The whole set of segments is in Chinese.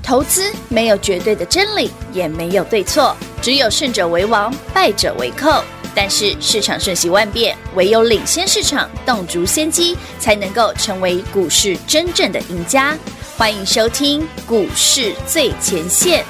投资没有绝对的真理，也没有对错，只有胜者为王，败者为寇。但是市场瞬息万变，唯有领先市场，洞烛先机，才能够成为股市真正的赢家。欢迎收听股市最前线。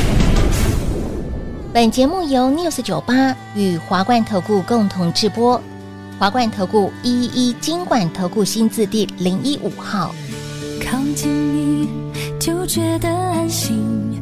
本节目由 News98 与华冠投顾共同制播，华冠投顾111金管投顾新字第015号。 靠近你就觉得安心，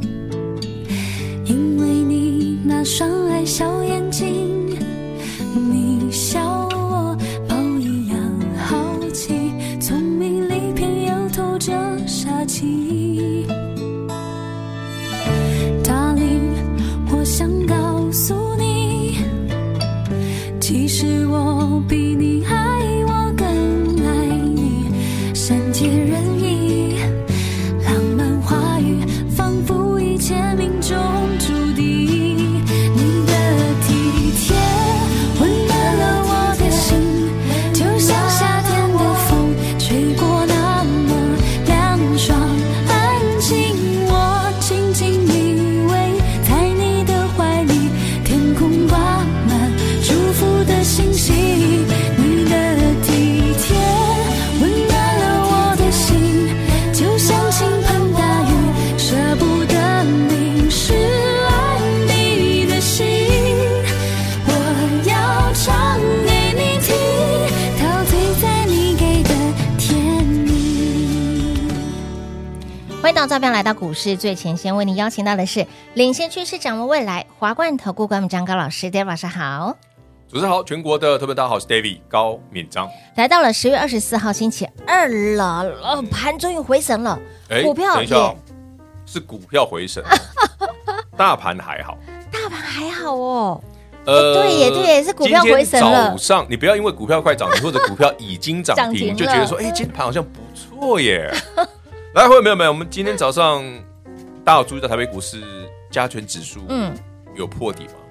因为你那双爱笑眼睛，你笑我宝一样好奇，聪明里偏又透着傻气。Darling， 我想告诉你，其实我比你爱我更爱你，善解人意，浪漫话语，仿佛一切命中注定。你的体贴温暖了我的心，就像夏天的风吹过那么凉爽安静。我紧紧依偎在你的怀里，天空挂满祝福的星星。你的体贴温暖了我的心，就像倾盆大雨，舍不得淋湿爱你的心。我要唱给你听，陶醉在你给的甜蜜。 欢迎到这边来到股市最前线，为您邀请到的是领先趋势、掌握未来华冠投顾管理张高老师 ，David 老师好。 主持人好，全国的特别大家好，我是 David 高敏章。 来到了10月24号星期二了，盘终于回神了，股票等一下哦，是股票回神，大盘还好， 大盘还好哦。对耶，是股票回神了。 今天早上你不要因为股票快涨停或者股票已经涨停， 涨停了就觉得说，今天盘好像不错耶。来，会有没有？我们今天早上大家有注意到台北股市加权指数有破底吗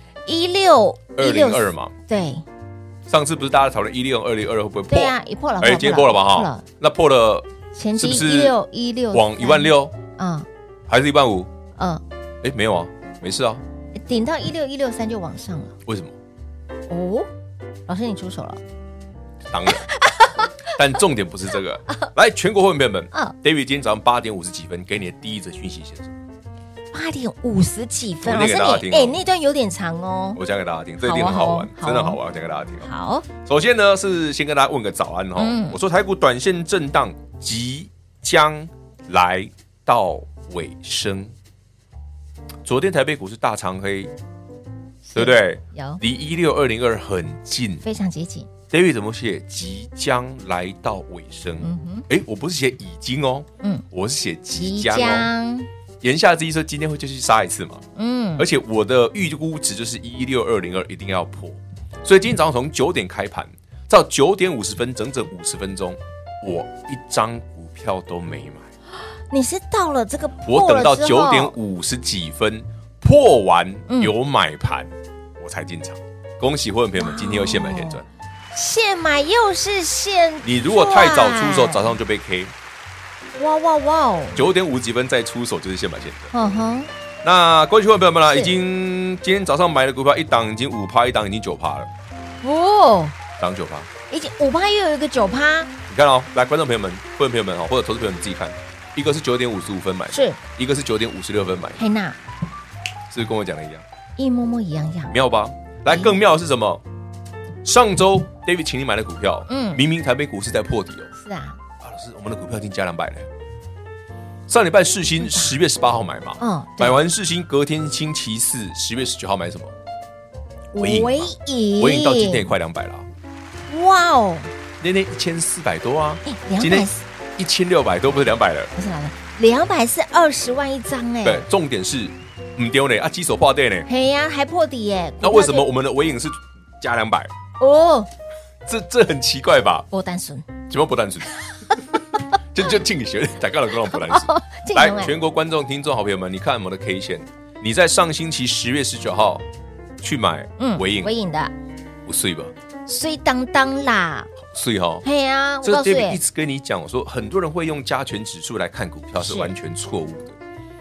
16202 嘛？ 对， 上次不是大家讨论16202会不会破？ 对啊，也破了。 今天破了吧？哈，那破了， 前期是不是 16 往16000？还是15000？没有啊，没事啊， 顶到16163就往上了。 为什么？ 哦，老师你出手了？ 当然，但重点不是这个。来，全国会员朋友们，David 今天早上8点50几分给你的第一则讯息写什么 ？8点50几分， 老师你那段有点长哦。 我讲给大家听，这一定很好玩，真的好玩，我讲给大家听。 好， 首先呢是先跟大家问个早安哈。我说台股短线震荡即将来到尾声。昨天台北股市大长黑，对不对？ 有， 离16202很近， 非常接近。 David 怎么写？即将来到尾声。我不是写已经哦，我是写即将哦。言下之意说今天会继续杀一次嘛？而且我的预估值就是16202一定要破，所以今天早上从9点开盘到9点50分，整整50分钟，我一张股票都没买。 你是到了这个我等到9点50几分破完有买盘，我才进场。恭喜会员朋友们，今天又现买现赚。 现买又是现赚， 你如果太早出手，早上就被 K。 哇 ！9点50几分再出手就是现买现赚。那恭喜会员朋友们啦，已经今天早上买的股票一档已经5%，一档已经9%了。 哦， 涨9%， 已经5%又有一个9%。 你看哦，来观众朋友们、会员朋友们或者投资朋友们自己看，一个是9点55分买的， 是一个是9点56分买的。 嘿娜， 是不是跟我讲的一样？ 一模模一样样， 妙吧？来，更妙的是什么？上周 David 请你买的股票，明明台北股市在破底哦。 是啊， 老师，我们的股票已经加200了。上礼拜世新10月18号买嘛，买完世新隔天星期四10月19号买什么？ 微影到今天也快200了。 哇哦， 那天1400多啊， 今天 1600多，不是200了， 不是200是20万一张哎。 对，重点是唔丢呢啊，基手破店呢。 嘿呀，还破底耶。 那为什么我们的微影是加200？ 哦， 这很奇怪吧？ 不单纯， 怎么不单纯？就竞选，大家都跟我不单纯。来，全国观众、听众、好朋友们，你看我们的 K 线，你在上星期10月19号去买微影的， 不碎吧？ 碎当当啦， 碎哈。 嘿啊， 这 David 一直跟你讲，我说很多人会用加权指数来看股票是完全错误的。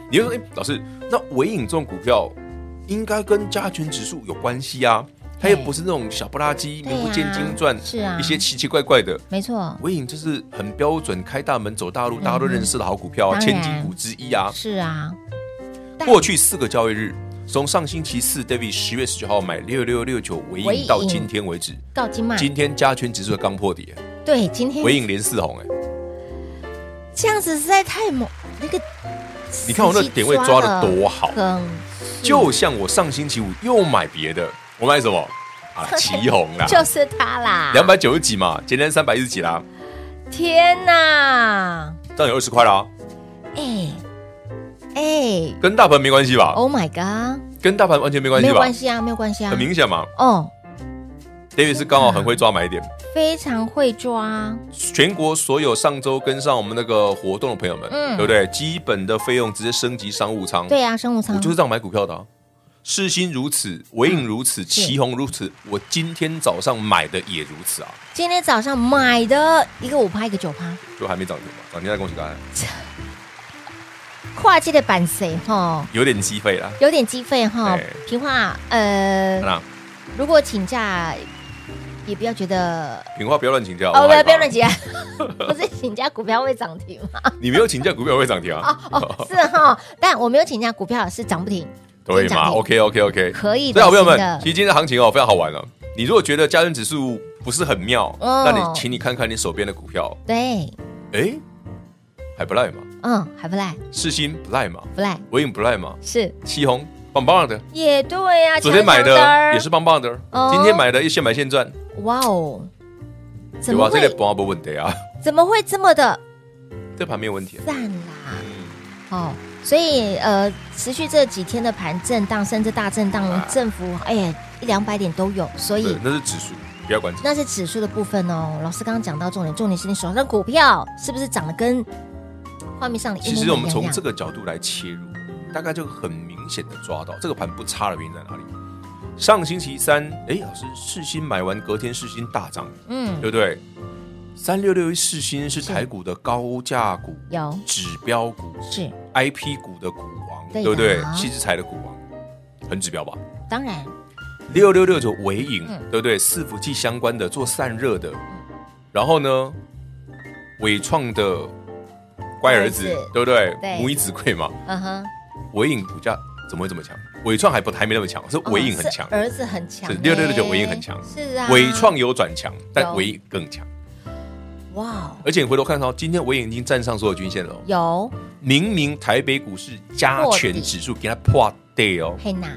你就说，老师，那微影这种股票应该跟加权指数有关系啊？它又不是那种小不拉几、名不见经传， 是啊， 一些奇奇怪怪的。 没错， 微影就是很标准，开大门走大路，大家都认识的好股票，千金股之一啊。 是啊， 过去4个交易日，从上星期四 David 10月19号买6669微影到今天为止， 到今天加权指数刚破底， 对，今天微影连4红这样子实在太猛，那个你看我那个点位抓的多好，就像我上星期五又买别的。我买什么啊？旗宏啦， 就是它啦 ，290几嘛，今天310几啦。 天哪， 这样有20块啦。跟大盘没关系吧 ？Oh my god， 跟大盘完全没关系吧？ 没有关系啊，没有关系啊， 很明显嘛。 哦 ，David 是刚好很会抓买点， 非常会抓。 全国所有上周跟上我们那个活动的朋友们，对不对？基本的费用直接升级商务舱。 对啊，商务舱， 我就是这样买股票的啊。世新如此，微影如此，旗宏如此，我今天早上买的也如此啊！ 今天早上买的一个5%，一个9%， 就还没涨停嘛，涨停再恭喜大家。 跨界的版谁哈？ 有点机费啦， 有点机费哈。平话如果请假，也不要觉得平话不要乱请假哦，不要乱请假，不是请假股票会涨停吗？ 你没有请假股票会涨停啊？ 是哈，但我没有请假股票是涨不停。 对嘛 ？OK， 可以的。 所以好朋友们，其实今天的行情非常好玩了。你如果觉得加权指数不是很妙，那请你看看你手边的股票。 对， 还不赖嘛？ 还不赖。 世新不赖嘛？ 不赖。 微影不赖嘛？ 是。 旗宏棒棒的。 也对啊， 昨天买的也是棒棒的，今天买的现买现赚。 哇哦！ 怎么会？这个盘没问题啊？ 怎么会这么的？ 这盘没有问题。 赞啦！所以持续这几天的盘震荡，甚至大震荡，振幅100-200点都有。所以那是指数，不要管。 那是指数的部分哦。老师刚刚讲到重点是你手上股票是不是涨得跟画面上的一模一样？ 其实我们从这个角度来切入，大概就很明显的抓到这个盘不差的原因在哪里。上星期三，老师世新买完，隔天世新大涨，对不对？3661世新是台股的高价股， 有指标股， 是 IP 股的股王，对不对？矽智财的股王，很指标吧？ 当然。 6669微影，对不对？伺服器相关的，做散热的，然后呢，伟创的乖儿子，对不对？母以子贵嘛。微影股价怎么会这么强？伟创还没那么强，是微影很强， 儿子很强， 是6669微影很强， 是啊， 伟创有转强，但微影更强。 哇！ 而且你回头看到，今天微影已经站上所有均线了。 有， 明明台北股市加权指数给它破底哦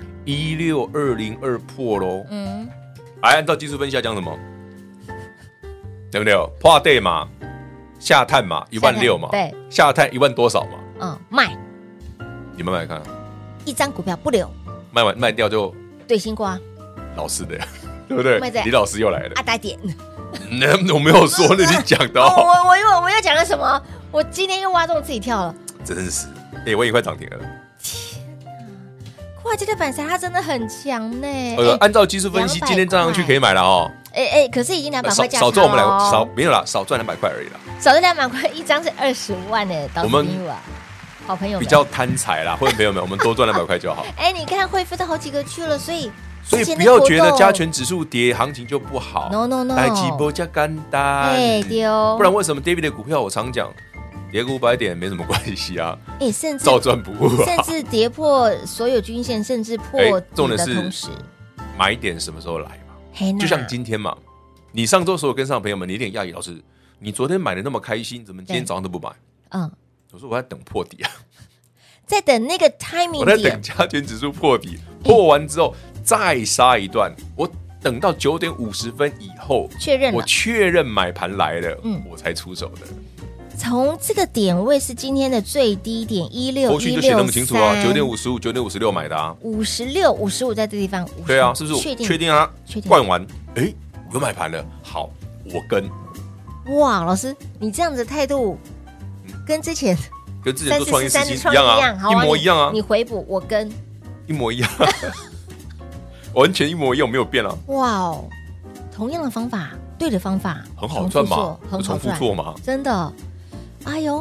，16202破喽。来按照技术分析要讲什么？对不对？破底嘛，下探嘛，16000嘛， 对， 下探1万多少嘛？ 卖， 你们买看， 一张股票不留， 卖掉就对新瓜， 老师的呀，对不对？李老师又来了， 阿呆点。 我没有说，那你讲的。 我又讲了什么？我今天又挖洞自己跳了， 真是。我也快涨停了。 天哪！跨界的反弹它真的很强呢。 按照技术分析，今天站上去可以买了哦。 可是已经200块价差少赚我们没有啦，少赚200块而已啦。 少赚200块，一张是20万呢。 我们好朋友比较贪财啦，会员朋友们，我们多赚200块就好。 你看恢复到好几个去了，所以不要觉得加权指数跌，行情就不好。 No， 来几波加干单，不然为什么 David 的股票我常讲，跌个500点没什么关系啊？ 甚至照赚不误， 甚至跌破所有均线，甚至破底的同时， 买点什么时候来嘛？就像今天嘛，你上周所有跟上的朋友们，你有点讶异，老师，你昨天买的那么开心，怎么今天早上都不买？我说我在等破底啊， 在等那个 timing， 我在等加权指数破底，破完之后再杀一段，我等到9点50分以后确认了， 我确认买盘来了，我才出手的。 从这个点位是今天的最低点16， 后续就写那么清楚啊，9点55、9点56买的啊 ，56、55在这地方， 对啊，是不是确定啊？灌完，有买盘了，好，我跟。 哇，老师，你这样子的态度跟之前做创业事情一样啊，一模一样啊。 你回补我跟一模一样，完全一模一样，没有变啊。 哇哦，同样的方法，对的方法， 很好赚嘛，不重复做嘛， 真的。哎呦，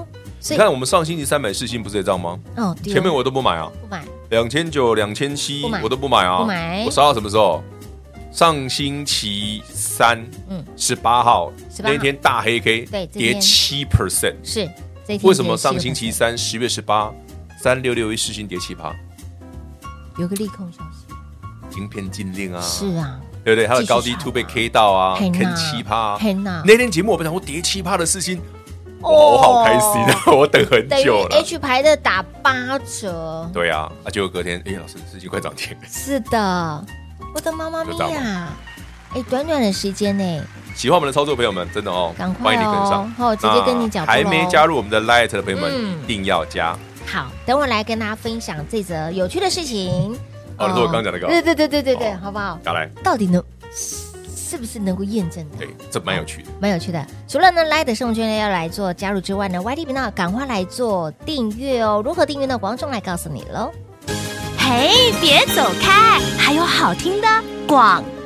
你看我们上星期3买世新不是也这样吗？ 哦， 前面我都不买啊， 不买 2900、2700我都不买啊， 不买。 我杀到什么时候？上星期3，18号那天大黑 K 跌7%， 是为什么上星期3 10月18 3661世新跌7%？ 有个利空消息， 晶片禁令啊， 是啊， 对不对？它的高低2被 K 到啊，K 7%啊。那天节目我本想我跌7%的世新，我好开心啊！我等很久了。 等于 H 牌的打8折。 对啊，结果隔天，老师世新快涨停了。 是的，我的妈妈咪呀！短短的时间呢。 喜欢我们的操作朋友们，真的赶快欢迎你跟上， 直接跟你讲。 还没加入我们的 Light 的朋友们，一定要加。 好，等我来跟大家分享这则有趣的事情。 是我刚讲那个。 对，好不好？ 再来， 到底是不是能够验证的？ 对，这蛮有趣的， 蛮有趣的。除了呢，Light 生活圈要来做加入之外呢 ，YT 频道赶快来做订阅哦。如何订阅呢？广众来告诉你喽。 嘿，别走开，还有好听的广告。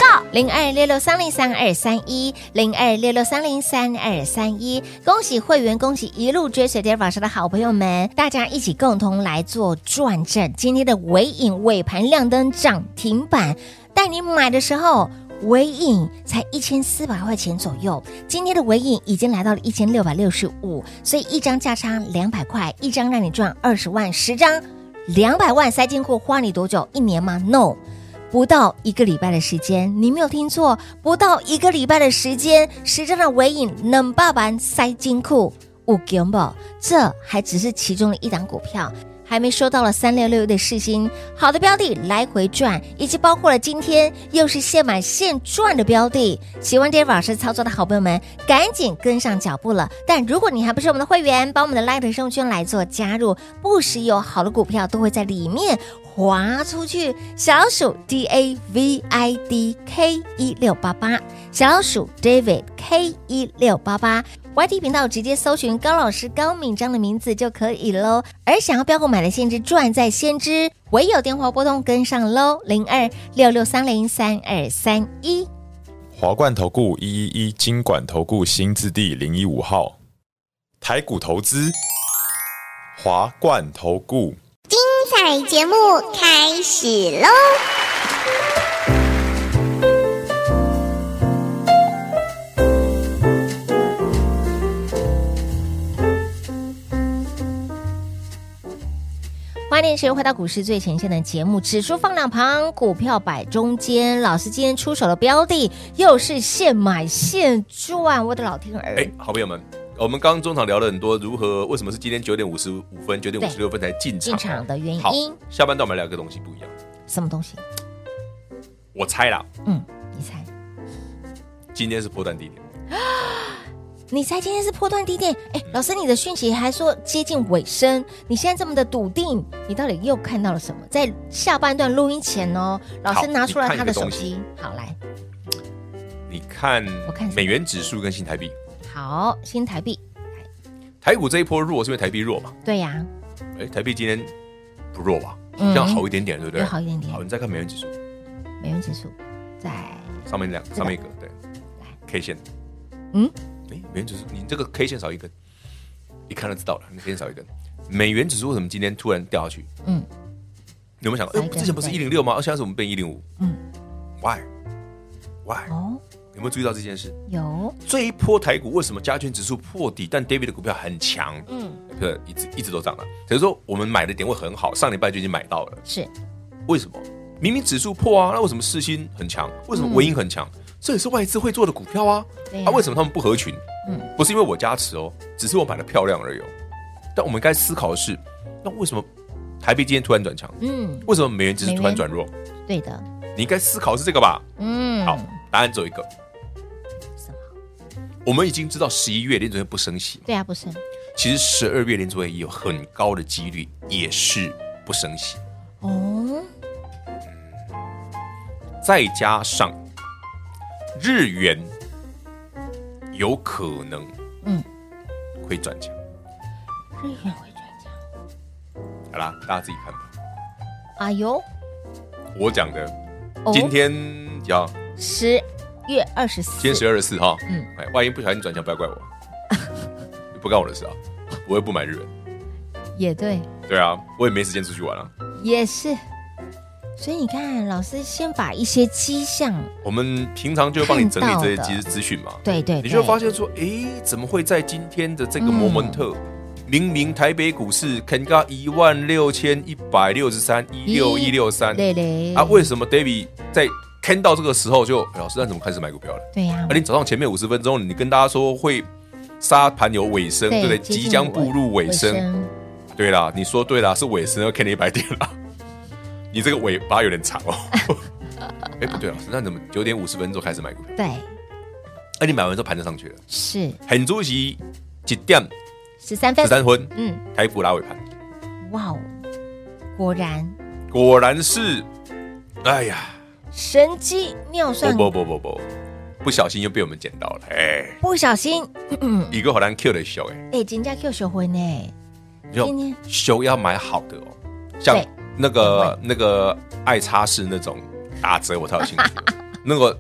0266303231，0266303231。恭喜会员，恭喜一路追随David老师的好朋友们，大家一起共同来做转正。今天的微影尾盘亮灯涨停板，带你买的时候，微影才1400块钱左右，今天的微影已经来到了1665，所以一张价差200块，一张让你赚20万，10张200万塞进库，花你多久？1年吗 ？No， 不到1个礼拜的时间，你没有听错，不到1个礼拜的时间，10张的微影200万塞进库，有劲不？这还只是其中的一档股票。还没收到了3661的世新，好的标的来回赚，以及包括了今天又是现买现赚的标的。喜欢 David 老师操作的好朋友们，赶紧跟上脚步了。但如果你还不是我们的会员，把我们的 Light 生活圈来做加入，不时有好的股票都会在里面滑出去。小老鼠 DAVID K1688，小老鼠 David K1688。YT 频道直接搜寻高老师高敏章的名字就可以咯。而想要标股买的先知赚在先知，唯有电话拨通跟上咯。0266303231。 华冠投顾111金管投顾新字第015号，台股投资，华冠投顾。 彩节目开始喽！ 欢迎持续回到股市最前线的节目，指数放两旁，股票摆中间。老师今天出手的标的又是现买现赚，我的老天儿！ 好朋友们，我们刚刚中场聊了很多，为什么是今天9点55分、9点56分才进场的原因。 好，下半段我们聊个东西不一样。 什么东西？ 我猜啦。 你猜？ 今天是波段低点。 你猜今天是波段低点？老师，你的讯息还说接近尾声，你现在这么的笃定，你到底又看到了什么？在下半段录音前哦，老师拿出来他的手机，好来， 你看美元指数跟新台币。 好，新台币， 台股这一波弱是因为台币弱嘛？ 对呀。 台币今天不弱吧？这样好一点点，对不对？ 好一点点。 好，你再看美元指数。 美元指数在上面一个，对，来 K 线。美元指数，你这个 K 线少一根，一看就知道了，你 K 线少一根。美元指数为什么今天突然掉下去？有没有想过？之前不是106吗？现在是我们变105。Why？ 有没有注意到这件事？ 有。 这一波台股为什么加权指数破底，但 David 的股票很强？一直都涨了。所以说我们买的点位很好，上礼拜就已经买到了。 是。 为什么？明明指数破啊，那为什么世新很强？为什么微影很强？这也是外资会做的股票啊！为什么他们不合群？不是因为我加持哦，只是我买的漂亮而已哦。但我们该思考的是，那为什么台币今天突然转强？为什么美元指数突然转弱？ 对的， 你应该思考的是这个吧？好，答案只有一个。 什么？ 我们已经知道11月联准会不升息。 对啊，不升。 其实12月联准会也有很高的几率也是不升息。再加上日元有可能会转强。 日元会转强。 好啦，大家自己看吧。 哎呦， 我讲的，今天叫 10月24， 今天10月24号。万一不小心转强，不要怪我，不干我的事啊。 不会不买日元。 也对， 对啊，我也没时间出去玩啊。 也是。所以你看，老师先把一些迹象， 我们平常就会帮你整理这些即时资讯嘛。 对， 你就会发现说，怎么会在今天的这个 moment，明明台北股市看到16163，16163， 对啊，为什么 David 在看到这个时候就老师，那怎么开始买股票了？ 对呀， 你早上前面50分钟，你跟大家说会沙盘有尾声，对不对？即将步入尾声。对啦，你说对啦，是尾声要看你100点啦。你这个尾巴有点长哦。不对，老师，那怎么9点50分钟开始买股票？ 对。 你买完之后盘就上去了。是。很主席1点13分，台股拉尾盘。哇哦，果然是，哎呀， 神机妙算。 不小心又被我们捡到了。 不小心， 一个好难 Q 的秀真的 Q 学会呢。 今天秀要买好的哦，像那个爱差式那种打折我才有兴趣，那个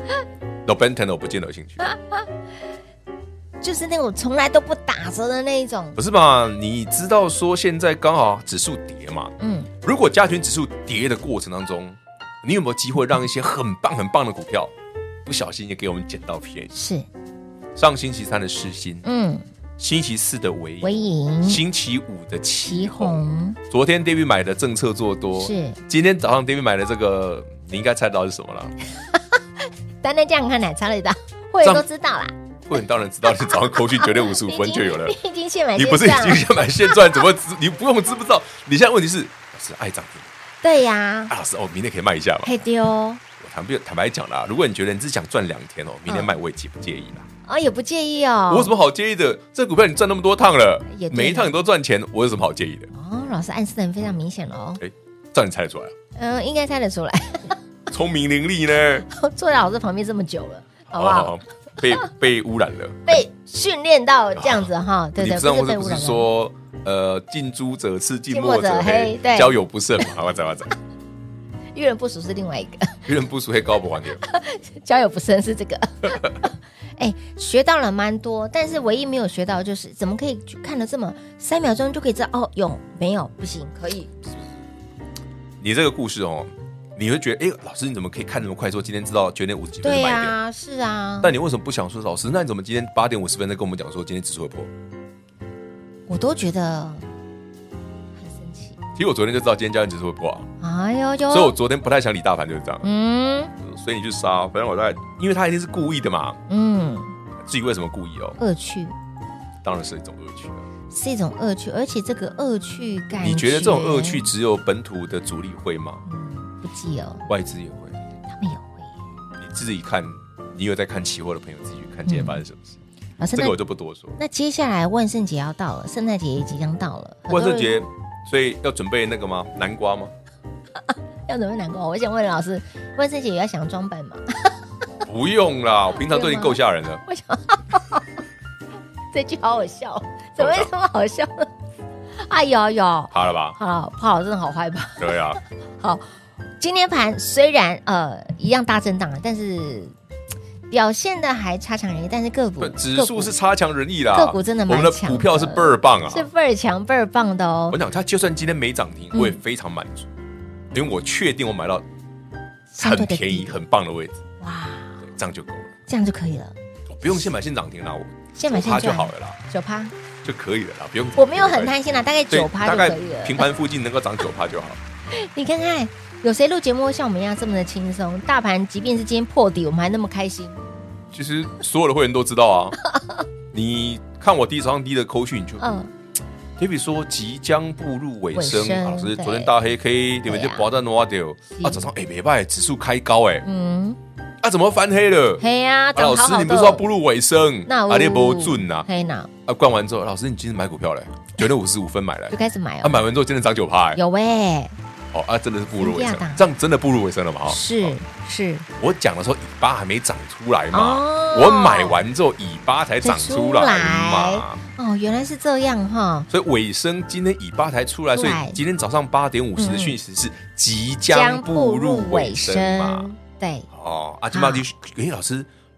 Robenton 我不见得有兴趣， 就是那种从来都不打折的那一种。 不是吧？你知道说现在刚好指数跌嘛？如果加权指数跌的过程当中，你有没有机会让一些很棒很棒的股票不小心也给我们捡到便宜？是，上星期3的世新，星期4的微盈，星期5的奇鋐，昨天 David 买的政策做多，是今天早上 David 买的这个，你应该猜到是什么了？ 单单这样看奶茶了一道，会员都知道啦。 会员当然知道，你早上扣讯9点55分就有了。 你已经现买现赚，你不是已经现买现赚？怎么你不用知不知道？你现在问题是老师爱涨停， 对呀。 老师明天可以卖一下吗？ 可以丢。我坦白讲啦，如果你觉得你只想赚2天明天卖我也不介意啦。 也不介意哦。 我有什么好介意的？这股票你赚那么多趟了，每一趟你都赚钱，我有什么好介意的？ 老师暗示的非常明显了哦。 这样你猜得出来啊？应该猜得出来。 聪明伶俐呢？ 坐在老师旁边这么久了，好不好？ 被污染了， 被训练到这样子哈。对， 你知道我不是说近朱者赤，近墨者黑，交友不慎嘛？我知。 遇人不淑是另外一个， 遇人不淑黑高不还点， 交友不慎是这个。学到了蛮多，但是唯一没有学到就是怎么可以看了这么3秒钟就可以知道有没有不行可以。 你这个故事你会觉得老师你怎么可以看那么快？说今天知道9点50几分就买点？对啊，是啊。 但你为什么不想说老师？那你怎么今天8点50分再跟我们讲说今天指数会破？ 我都觉得很生气。 其实我昨天就知道今天加权指数会破啊。 所以我昨天不太想理大盘，就是这样。所以你去杀，反正我在，因为他一定是故意的嘛。至于为什么故意恶趣， 当然是一种恶趣了。 是一种恶趣，而且这个恶趣感觉， 你觉得这种恶趣只有本土的主力会吗？ 不记哦， 外资也会， 他们也会。 你自己看，你有在看期货的朋友自己去看今天发生什么事。 老师， 这个我就不多说。 那接下来万圣节要到了，圣诞节也即将到了， 万圣节，所以要准备那个吗？南瓜吗？ 要准备南瓜？我想问老师，万圣节也要想装扮吗？ 不用啦，我平常都已经够吓人了。 为什么？这句好好笑，怎么会这么好笑呢？哎呦， 好了吧？ 好，不好，真的好坏吧？ 对啊。 好，今天盘虽然一样大震荡，但是表现的还差强人意。但是个股指数是差强人意啦， 个股真的蛮强的， 我们的股票是倍儿棒啊， 是倍儿强倍儿棒的哦。 我讲，它就算今天没涨停，我也非常满足，因为我确定我买到很便宜、很棒的位置。哇，这样就够了， 这样就可以了。 我不用现买现涨停啦，我现买现赚就好了啦 ，9% 就可以了啦，不用。 我没有很贪心啦，大概9%就大概可以了。 平盘附近能够涨9%就好。 你看看，有谁录节目像我们一样这么的轻松？大盘即便是今天破底，我们还那么开心。 其实所有的会员都知道啊，你看我早上第一的扣讯就，David 说即将步入尾声，老师昨天大黑 K 对不对？就拔到挪掉啊，早上没办法，指数开高怎么翻黑了？ 黑啊， 老师你不是说步入尾声？ 那你不准呐？ 黑呢？ 灌完之后，老师你今天买股票嘞？9点55分买了， 就开始买哦。 买完之后今天涨9%， 有真的是步入尾声，这样真的步入尾声了嘛？ 是， 我讲的时候尾巴还没长出来嘛，我买完之后尾巴才长出来嘛。 原来是这样哈。 所以尾声今天尾巴才出来，所以今天早上8点50的讯息是即将步入尾声嘛？ 对。 今天老师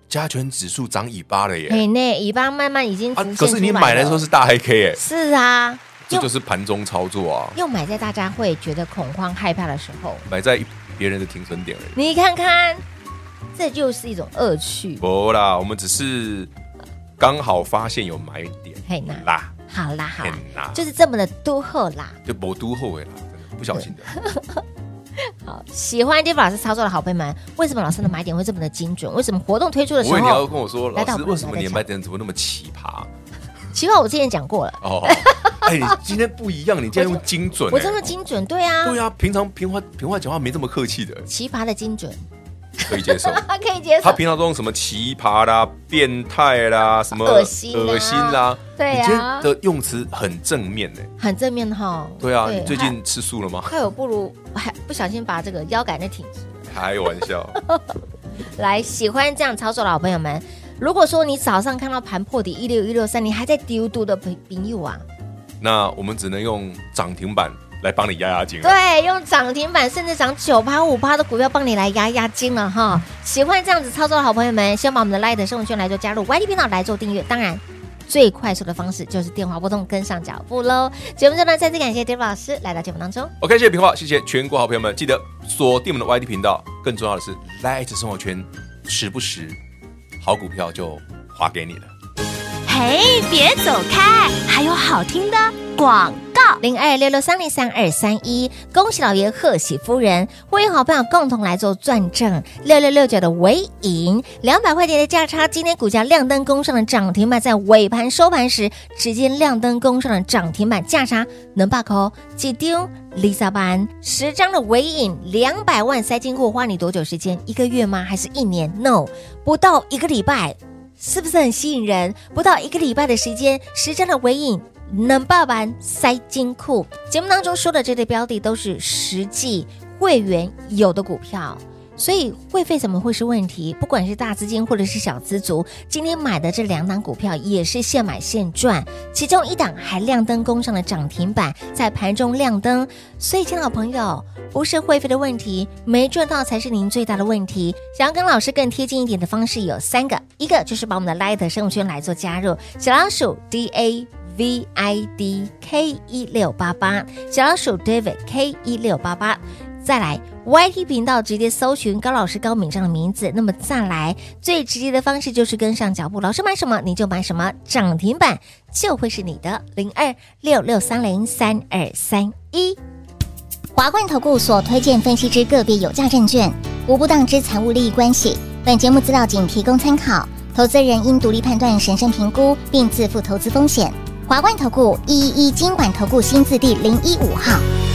加权指数长尾巴了耶！ 嘿呢，尾巴慢慢已经浮现出来了。 可是你买的时候是大黑 K 哎， 是啊， 这就是盘中操作啊。 又买在大家会觉得恐慌害怕的时候， 买在别人的停损点而已。 你看看，这就是一种恶趣。 不啦，我们只是刚好发现有买点， 嘿呐啦， 好啦好啦嘿呐， 就是这么的都后啦。 就没都后悔啦，真的不小心的。 好，喜欢 David 老师操作的好朋友们，为什么老师的买点会这么的精准？为什么活动推出的时候， 我以为你要跟我说， 来到老师为什么你的买点怎么那么奇葩？ 奇葩，我之前讲过了。 哦，哎，你今天不一样，你今天用精准， 我真的精准，对啊， 对啊，平常平话讲话没这么客气的， 奇葩的精准， 可以接受， 可以接受。 他平常都用什么奇葩啦、变态啦、什么恶心啦， 对啊， 你今天的用词很正面呢， 很正面哈。 对啊，你最近吃素了吗？ 还有不如还不小心把这个腰杆给挺直。 开玩笑。 来，喜欢这样操作的好朋友们，如果说你早上看到盘破底16163，你还在丢度的朋友啊， 那我们只能用涨停板来帮你压压惊了。 对，用涨停板甚至涨9%、5%的股票帮你来压压惊了哈。喜欢这样子操作的好朋友们，先把我们的 Light 生活圈来做加入 YT 频道来做订阅，当然最快速的方式就是电话拨通跟上脚步喽。节目中呢，再次感谢 David 老师来到节目当中。 OK， 谢谢平话，谢谢全国好朋友们，记得锁定我们的 YT 频道。更重要的是 Light 生活圈，时不时好股票就划给你了。 嘿，别走开，还有好听的广告。 0266303231，恭喜老爷，贺喜夫人，欢迎好朋友共同来做转正。6669的尾影，200块钱的价差，今天股价亮灯攻上了涨停板，在尾盘收盘时直接亮灯攻上了涨停板，价差能把口几丢？Lisa 班10张的尾影，200万塞进库，花你多久时间？1个月吗？还是1年 ？No， 不到1个礼拜，是不是很吸引人？不到1个礼拜的时间，10张的尾影。能把完塞金库，节目当中说的这类标的都是实际会员有的股票，所以会费怎么会是问题？不管是大资金或者是小资族，今天买的这2档股票也是现买现赚，其中1档还亮灯攻上了涨停板，在盘中亮灯。所以，亲爱的朋友，不是会费的问题，没赚到才是您最大的问题。想要跟老师更贴近一点的方式有3个，一个就是把我们的 Light 生活圈来做加入，小老鼠 DAVID K1688，小老鼠 David K1688，再来 YT 频道直接搜寻高老师高敏章的名字，那么再来最直接的方式就是跟上脚步，老师买什么你就买什么，涨停板就会是你的。0266303231。 华冠投顾所推荐分析之个别有价证券，无不当之财务利益关系。本节目资料仅提供参考，投资人应独立判断、审慎评估，并自负投资风险。华冠投顾111金管投顾新字第015号。